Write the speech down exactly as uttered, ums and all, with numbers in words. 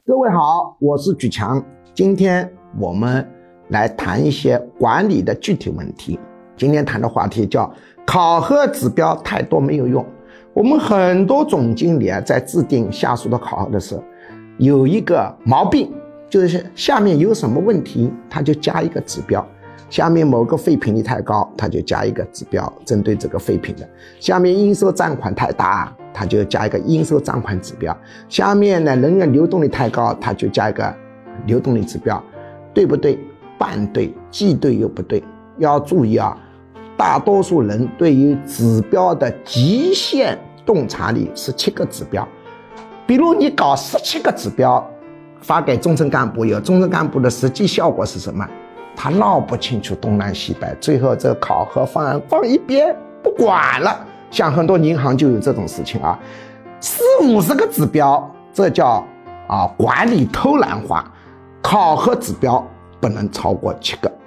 各位好，我是举强。今天我们来谈一些管理的具体问题。今天谈的话题叫考核指标太多没有用。我们很多总经理啊，在制定下属的考核的时候，有一个毛病，就是下面有什么问题，他就加一个指标。下面某个废品率太高，他就加一个指标，针对这个废品的。下面应收账款太大，他就加一个应收账款指标。下面呢，人员流动率太高，他就加一个流动率指标。对不对？半对，既对又不对。要注意啊，大多数人对于指标的极限洞察力是七个指标。比如你搞十七个指标发给中层干部，有中层干部的实际效果是什么？他闹不清楚东南西北，最后这个考核方案放一边不管了。像很多银行就有这种事情啊，四五十个指标，这叫啊管理偷懒化。考核指标不能超过七个。